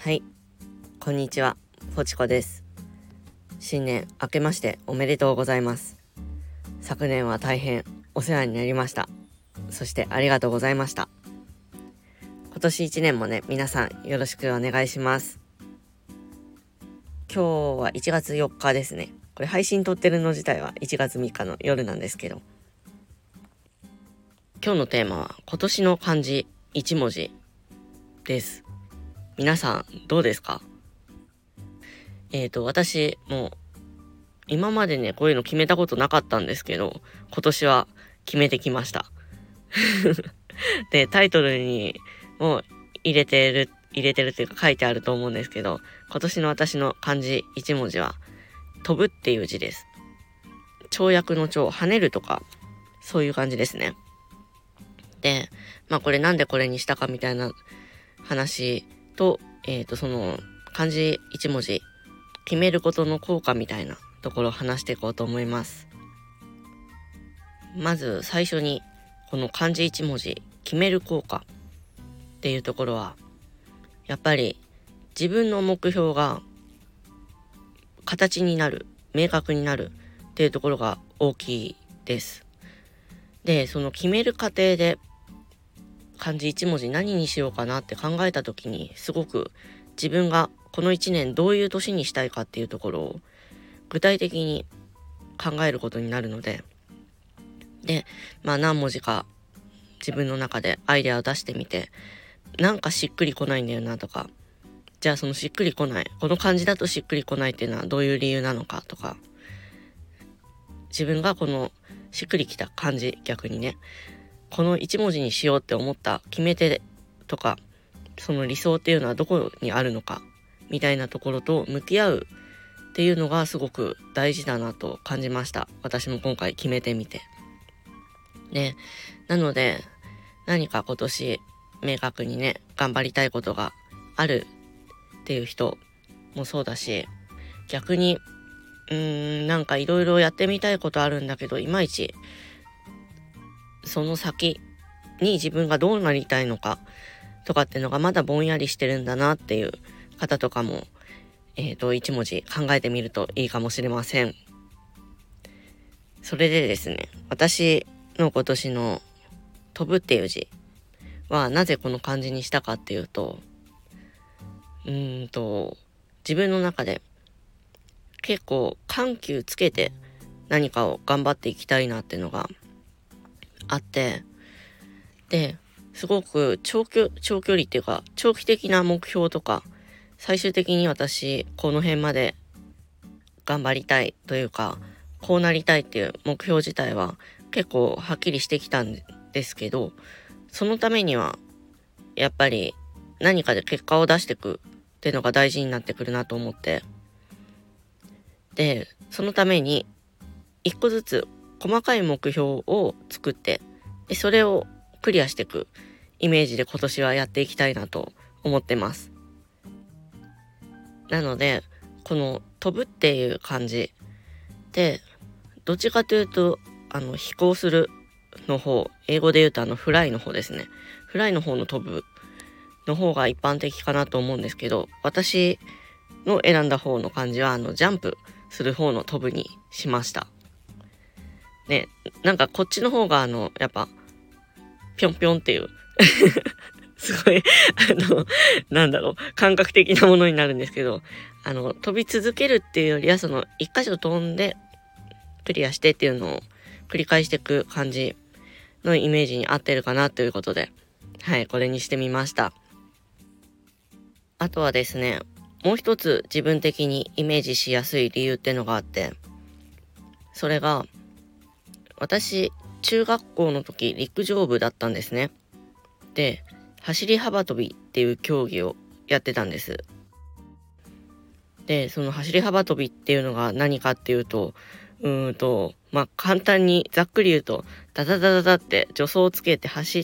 はい、こんにちは、ポチコです。新年明けましておめでとうございます。昨年は大変お世話になりました。そしてありがとうございました。今年1年もね、皆さんよろしくお願いします。今日は1月4日ですね。これ配信撮ってるの自体は1月3日の夜なんですけど、今日のテーマは今年の漢字1文字です。皆さんどうですか？私もう今までね、こういうの決めたことなかったんですけど、今年は決めてきました。で、タイトルにも入れてるというか書いてあると思うんですけど、今年の私の漢字1文字は、飛ぶっていう字です。跳躍の跳、跳ねるとか、そういう感じですね。で、これなんでこれにしたかみたいな話と、その漢字1文字、決めることの効果みたいなところを話していこうと思います。まず最初にこの漢字1文字決める効果っていうところは、やっぱり自分の目標が形になる、明確になるっていうところが大きいです。で、その決める過程で漢字1文字何にしようかなって考えた時に、すごく自分がこの1年どういう年にしたいかっていうところを具体的に考えることになるので、何文字か自分の中でアイデアを出してみて、なんかしっくりこないんだよなとか、じゃあそのしっくりこない、この漢字だとしっくりこないっていうのはどういう理由なのかとか、自分がこのしっくりきた漢字、逆にね、この1文字にしようって思った決め手とか、その理想っていうのはどこにあるのかみたいなところと向き合うっていうのがすごく大事だなと感じました。私も今回決めてみて。で、なので何か今年明確にね、頑張りたいことがあるっていう人もそうだし、逆になんかいろいろやってみたいことあるんだけど、いまいちその先に自分がどうなりたいのかとかっていうのがまだぼんやりしてるんだなっていう方とかも、1文字考えてみるといいかもしれません。それでですね、私の今年の飛ぶっていう字はなぜこの漢字にしたかっていうと、自分の中で結構緩急つけて何かを頑張っていきたいなっていうのがあって、ですごく長距離っていうか長期的な目標とか、最終的に私この辺まで頑張りたいというか、こうなりたいっていう目標自体は結構はっきりしてきたんですけど、そのためにはやっぱり何かで結果を出していくっていうのが大事になってくるなと思って、でそのために一個ずつ細かい目標を作って、でそれをクリアしていくイメージで今年はやっていきたいなと思ってます。なのでこの飛ぶっていう漢字で、どっちかというと飛行するの方、英語で言うとフライの方ですね。フライの方の飛ぶの方が一般的かなと思うんですけど、私の選んだ方の漢字はジャンプする方の飛ぶにしましたね。なんかこっちの方がやっぱぴょんぴょんっていうすごい感覚的なものになるんですけど、飛び続けるっていうよりは、その一箇所飛んでクリアしてっていうのを繰り返していく感じのイメージに合ってるかなということで、はい、これにしてみました。あとはですね、もう一つ自分的にイメージしやすい理由っていうのがあって、それが私中学校の時陸上部だったんですね。で、走り幅跳びっていう競技をやってたんです。で、その走り幅跳びっていうのが何かっていうと、簡単にざっくり言うと、ダダダダダって助走をつけて走って、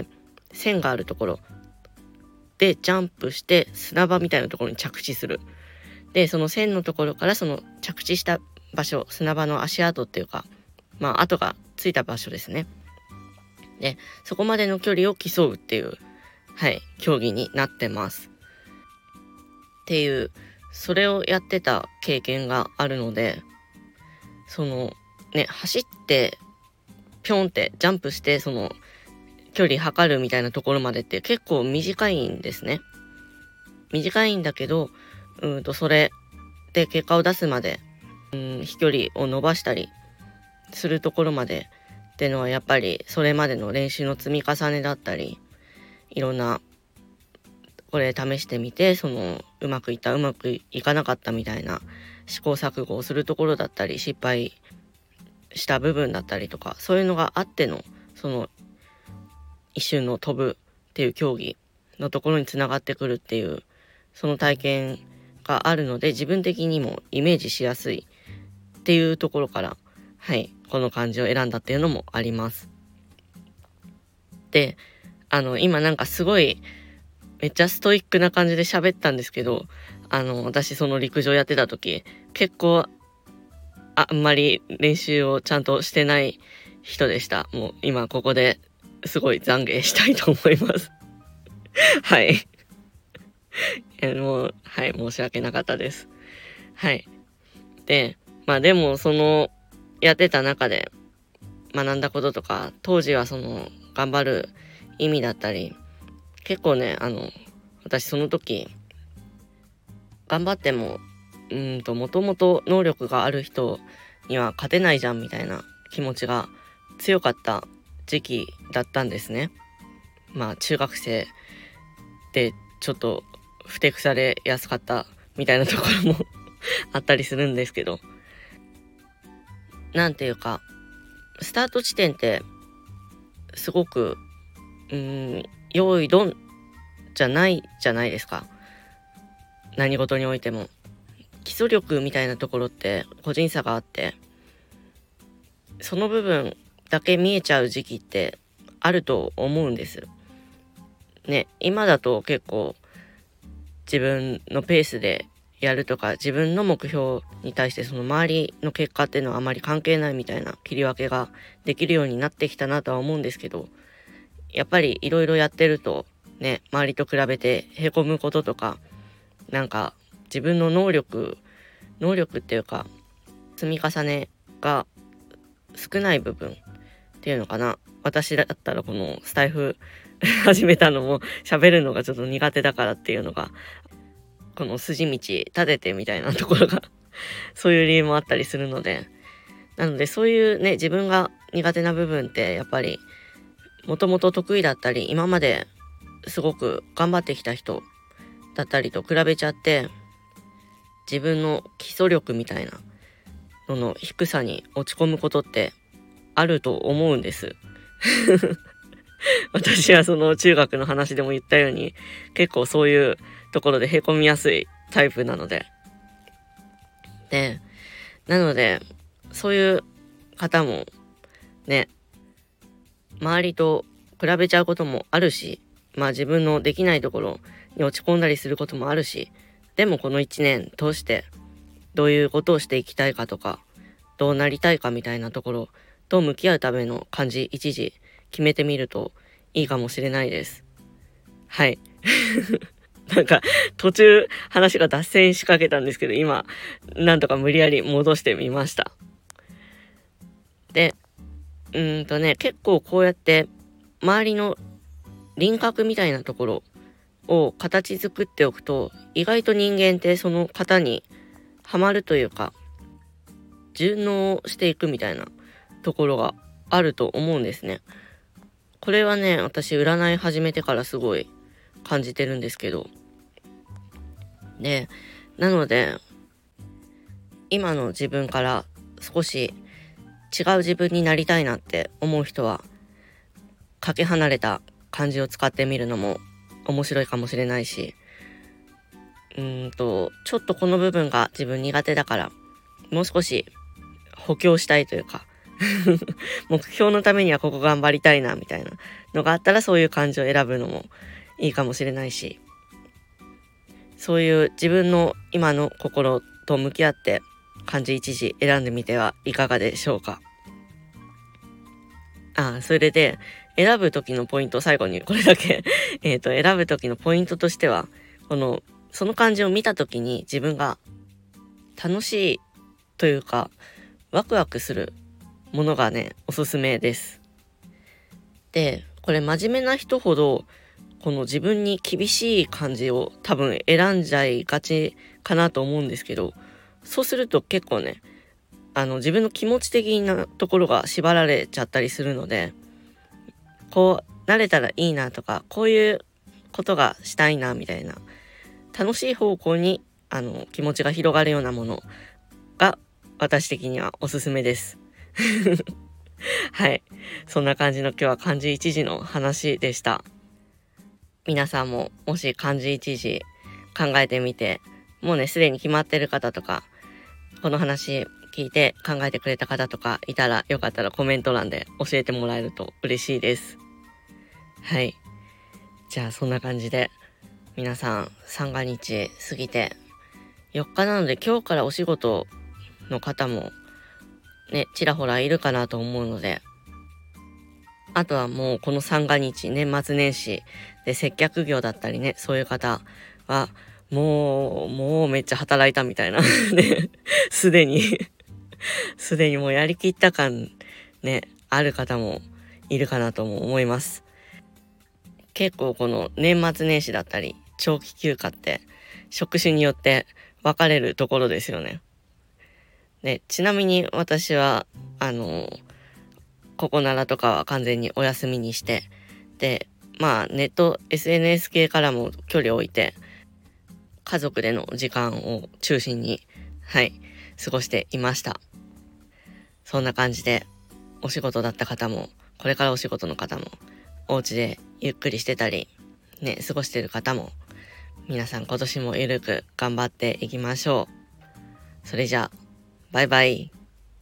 線があるところでジャンプして砂場みたいなところに着地する。で、その線のところからその着地した場所、砂場の足跡っていうか、跡がついた場所ですね。で、そこまでの距離を競うっていう、はい、競技になってます。 ていう、それをやってた経験があるので、そのね、走ってピョンってジャンプしてその距離測るみたいなところまでって結構短いんですね。短いんだけど、それで結果を出すまで、飛距離を伸ばしたりするところまでっていうのはやっぱりそれまでの練習の積み重ねだったり、いろんなこれ試してみて、そのうまくいったうまくいかなかったみたいな試行錯誤をするところだったり、失敗した部分だったりとか、そういうのがあってのその一瞬の飛ぶっていう競技のところにつながってくるっていう、その体験があるので、自分的にもイメージしやすいっていうところから、はい、この漢字を選んだっていうのもあります。で、今なんかすごいめっちゃストイックな感じで喋ったんですけど、私その陸上やってた時、結構あんまり練習をちゃんとしてない人でした。もう今ここですごい懺悔したいと思います。はい。もう、はい、申し訳なかったです。はい。で、でもそのやってた中で学んだこととか、当時はその頑張る意味だったり、結構ね、私その時頑張ってももともと能力がある人には勝てないじゃんみたいな気持ちが強かった時期だったんですね。中学生でちょっとふてくされやすかったみたいなところもあったりするんですけど、なんていうかスタート地点ってすごく用意ドンじゃないじゃないですか。何事においても基礎力みたいなところって個人差があって、その部分だけ見えちゃう時期ってあると思うんですね。今だと結構自分のペースでやるとか、自分の目標に対してその周りの結果っていうのはあまり関係ないみたいな切り分けができるようになってきたなとは思うんですけど、やっぱりいろいろやってるとね、周りと比べてへこむこととか、なんか自分の能力っていうか積み重ねが少ない部分っていうのかな。私だったらこのスタイフ始めたのも喋るのがちょっと苦手だからっていうのが、この筋道立ててみたいなところがそういう理由もあったりするので、なのでそういうね、自分が苦手な部分ってやっぱりもともと得意だったり、今まですごく頑張ってきた人だったりと比べちゃって、自分の基礎力みたいなのの低さに落ち込むことってあると思うんです私はその中学の話でも言ったように、結構そういうところでへこみやすいタイプなので、なのでそういう方もね、周りと比べちゃうこともあるし、自分のできないところに落ち込んだりすることもあるし、でもこの1年通してどういうことをしていきたいかとか、どうなりたいかみたいなところと向き合うための漢字一字決めてみるといいかもしれないです。はい。なんか途中話が脱線しかけたんですけど、今なんとか無理やり戻してみました。で、結構こうやって周りの輪郭みたいなところを形作っておくと、意外と人間ってその型にはまるというか、順応していくみたいなところがあると思うんですね。これはね、私占い始めてからすごい感じてるんですけど、で、なので今の自分から少し違う自分になりたいなって思う人は、かけ離れた漢字を使ってみるのも面白いかもしれないし、ちょっとこの部分が自分苦手だからもう少し補強したいというか目標のためにはここ頑張りたいなみたいなのがあったら、そういう漢字を選ぶのもいいかもしれないし、そういう自分の今の心と向き合って漢字一字選んでみてはいかがでしょうか。それで選ぶ時のポイント、最後にこれだけ選ぶ時のポイントとしては、このその漢字を見た時に自分が楽しいというかワクワクするものがね、おすすめです。で、これ真面目な人ほどこの自分に厳しい漢字を多分選んじゃいがちかなと思うんですけど、そうすると結構ね、自分の気持ち的なところが縛られちゃったりするので、こうなれたらいいなとか、こういうことがしたいなみたいな楽しい方向に気持ちが広がるようなものが私的にはおすすめですはい、そんな感じの今日は漢字一字の話でした。皆さんももし漢字一字考えてみて、もうねすでに決まってる方とか、この話聞いて考えてくれた方とかいたら、よかったらコメント欄で教えてもらえると嬉しいです。はい、じゃあそんな感じで皆さん三が日過ぎて4日なので、今日からお仕事の方もねちらほらいるかなと思うので、あとはもうこの三が日、年末年始で接客業だったりね、そういう方はもうめっちゃ働いたみたいなね、すでにもうやりきった感ねある方もいるかなとも思います。結構この年末年始だったり長期休暇って職種によって分かれるところですよね。で、ちなみに私はここならとかは完全にお休みにして、でまあネット SNS 系からも距離を置いて、家族での時間を中心に過ごしていました。そんな感じでお仕事だった方も、これからお仕事の方も、お家でゆっくりしてたりね過ごしてる方も、皆さん今年もゆるく頑張っていきましょう。それじゃあバイバイ。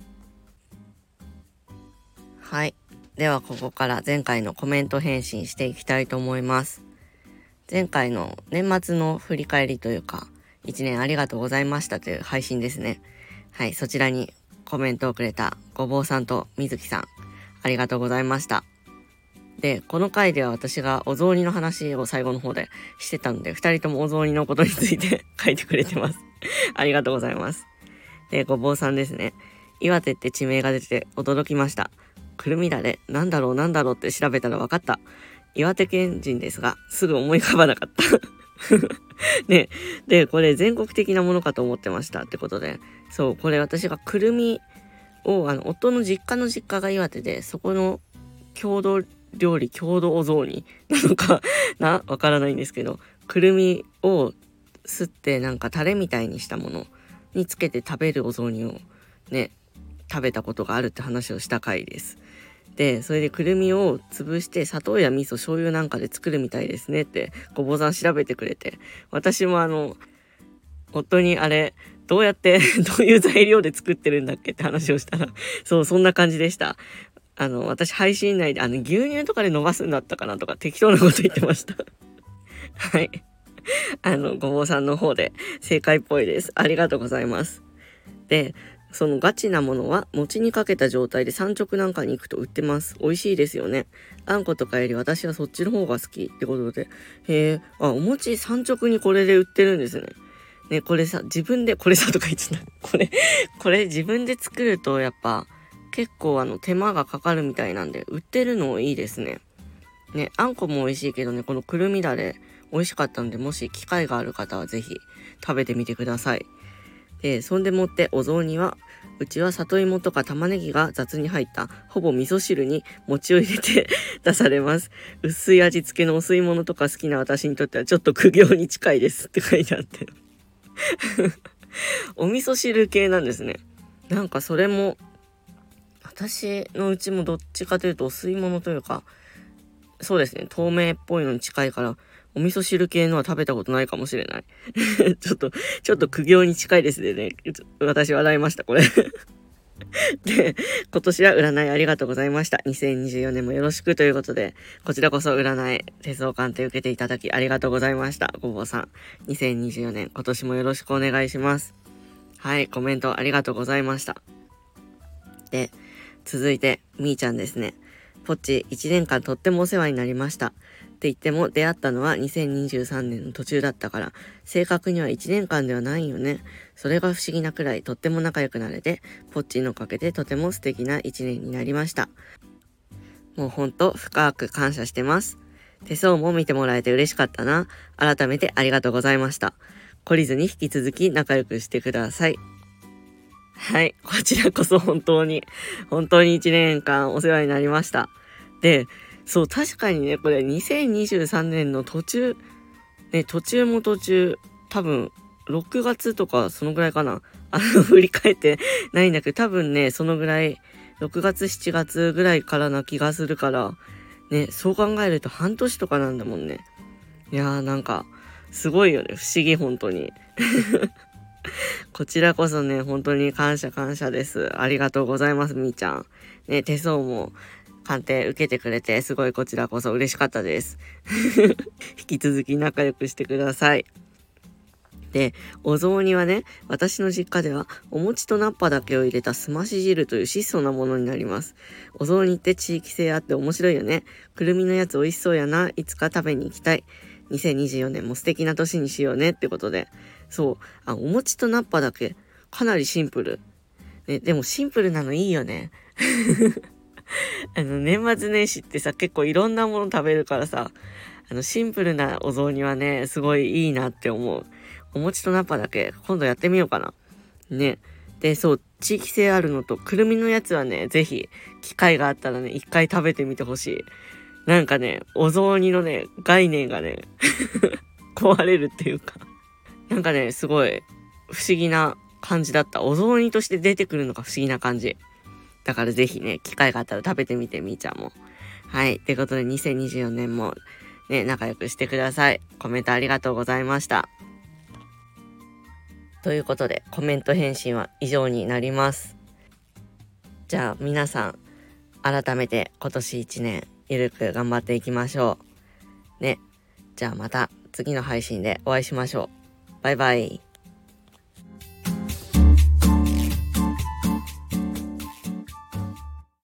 はい、ではここから前回のコメント返信していきたいと思います。前回の年末の振り返りというか、1年ありがとうございましたという配信ですね。はい、そちらにコメントをくれたごぼうさんとみずきさん、ありがとうございました。で、この回では私がお雑煮の話を最後の方でしてたので、2人ともお雑煮のことについて書いてくれてますありがとうございます。で、ごぼうさんですね。岩手って地名が出て驚きました。くるみだれ、なんだろうって調べたら分かった。岩手県人ですが、すぐ思い浮かばなかったね。で、これ全国的なものかと思ってましたってことで、そう、これ私がくるみを、夫の実家が岩手で、そこの郷土料理、郷土お雑煮なのかわからないんですけど、くるみをすってなんかタレみたいにしたものにつけて食べるお雑煮をね、食べたことがあるって話をした回です。で、それでくるみを潰して砂糖や味噌、醤油なんかで作るみたいですねってごぼうさん調べてくれて、私も夫にあれどうやってどういう材料で作ってるんだっけって話をしたら、そう、そんな感じでした。私配信内で牛乳とかで伸ばすんだったかなとか適当なこと言ってましたはい、ごぼうさんの方で正解っぽいです。ありがとうございます。で、そのガチなものは餅にかけた状態で産直なんかに行くと売ってます。美味しいですよね。あんことかより私はそっちの方が好きってことで、お餅産直にこれで売ってるんですね。ね、これさ、自分でこれさとか言ってたこれ自分で作るとやっぱ結構手間がかかるみたいなんで、売ってるのいいですね。ね、あんこも美味しいけどね、このくるみだれ美味しかったので、もし機会がある方はぜひ食べてみてください。で、そんでもってお雑煮は、うちは里芋とか玉ねぎが雑に入ったほぼ味噌汁に餅を入れて出されます。薄い味付けのお吸い物とか好きな私にとってはちょっと苦行に近いですって書いてあってお味噌汁系なんですね。なんかそれも私のうちもどっちかというとお吸い物というか、そうですね、透明っぽいのに近いからお味噌汁系のは食べたことないかもしれないちょっと苦行に近いですね。私笑いましたこれで、今年は占いありがとうございました。2024年もよろしくということで、こちらこそ占い手相鑑定受けていただきありがとうございました。ごぼうさん、2024年今年もよろしくお願いします。はい、コメントありがとうございました。で、続いてみーちゃんですね。ポッチ1年間とってもお世話になりました。 って言っても出会ったのは2023年の途中だったから、正確には1年間ではないよね。それが不思議なくらいとっても仲良くなれて、ポッチーのおかげでとても素敵な1年になりました。もうほんと深く感謝してます。手相も見てもらえて嬉しかったな。改めてありがとうございました。懲りずに引き続き仲良くしてください。はい、こちらこそ本当に1年間お世話になりました。で、そう、確かにね、これ2023年の途中、途中、多分6月とかそのぐらいかな。振り返ってないんだけど、多分ね、そのぐらい、6月、7月ぐらいからな気がするから、ね、そう考えると半年とかなんだもんね。いやーなんか、すごいよね。不思議、本当に。こちらこそね、本当に感謝です。ありがとうございます、みーちゃん。ね、手相も鑑定受けてくれて、すごいこちらこそ嬉しかったです。引き続き仲良くしてください。で、お雑煮はね、私の実家ではお餅と菜っぱだけを入れたすまし汁という質素なものになります。お雑煮って地域性あって面白いよね。くるみのやつ美味しそうやな。いつか食べに行きたい。2024年も素敵な年にしようねってことで。そう。お餅と菜っぱだけ。かなりシンプル。ね、でもシンプルなのいいよね。年末年始ってさ、結構いろんなもの食べるからさ、シンプルなお雑煮はね、すごいいいなって思う。お餅と菜っぱだけ、今度やってみようかな。ね。で、そう、地域性あるのと、くるみのやつはね、ぜひ、機会があったらね、一回食べてみてほしい。なんかね、お雑煮のね、概念がね、壊れるっていうか。なんかね、すごい、不思議な感じだった。お雑煮として出てくるのが不思議な感じ。だからぜひね、機会があったら食べてみて、みーちゃんも。はい。ということで、2024年もね、仲良くしてください。コメントありがとうございました。ということで、コメント返信は以上になります。じゃあ、皆さん、改めて今年1年、ゆるく頑張っていきましょう。ね。じゃあまた次の配信でお会いしましょう。バイバイ。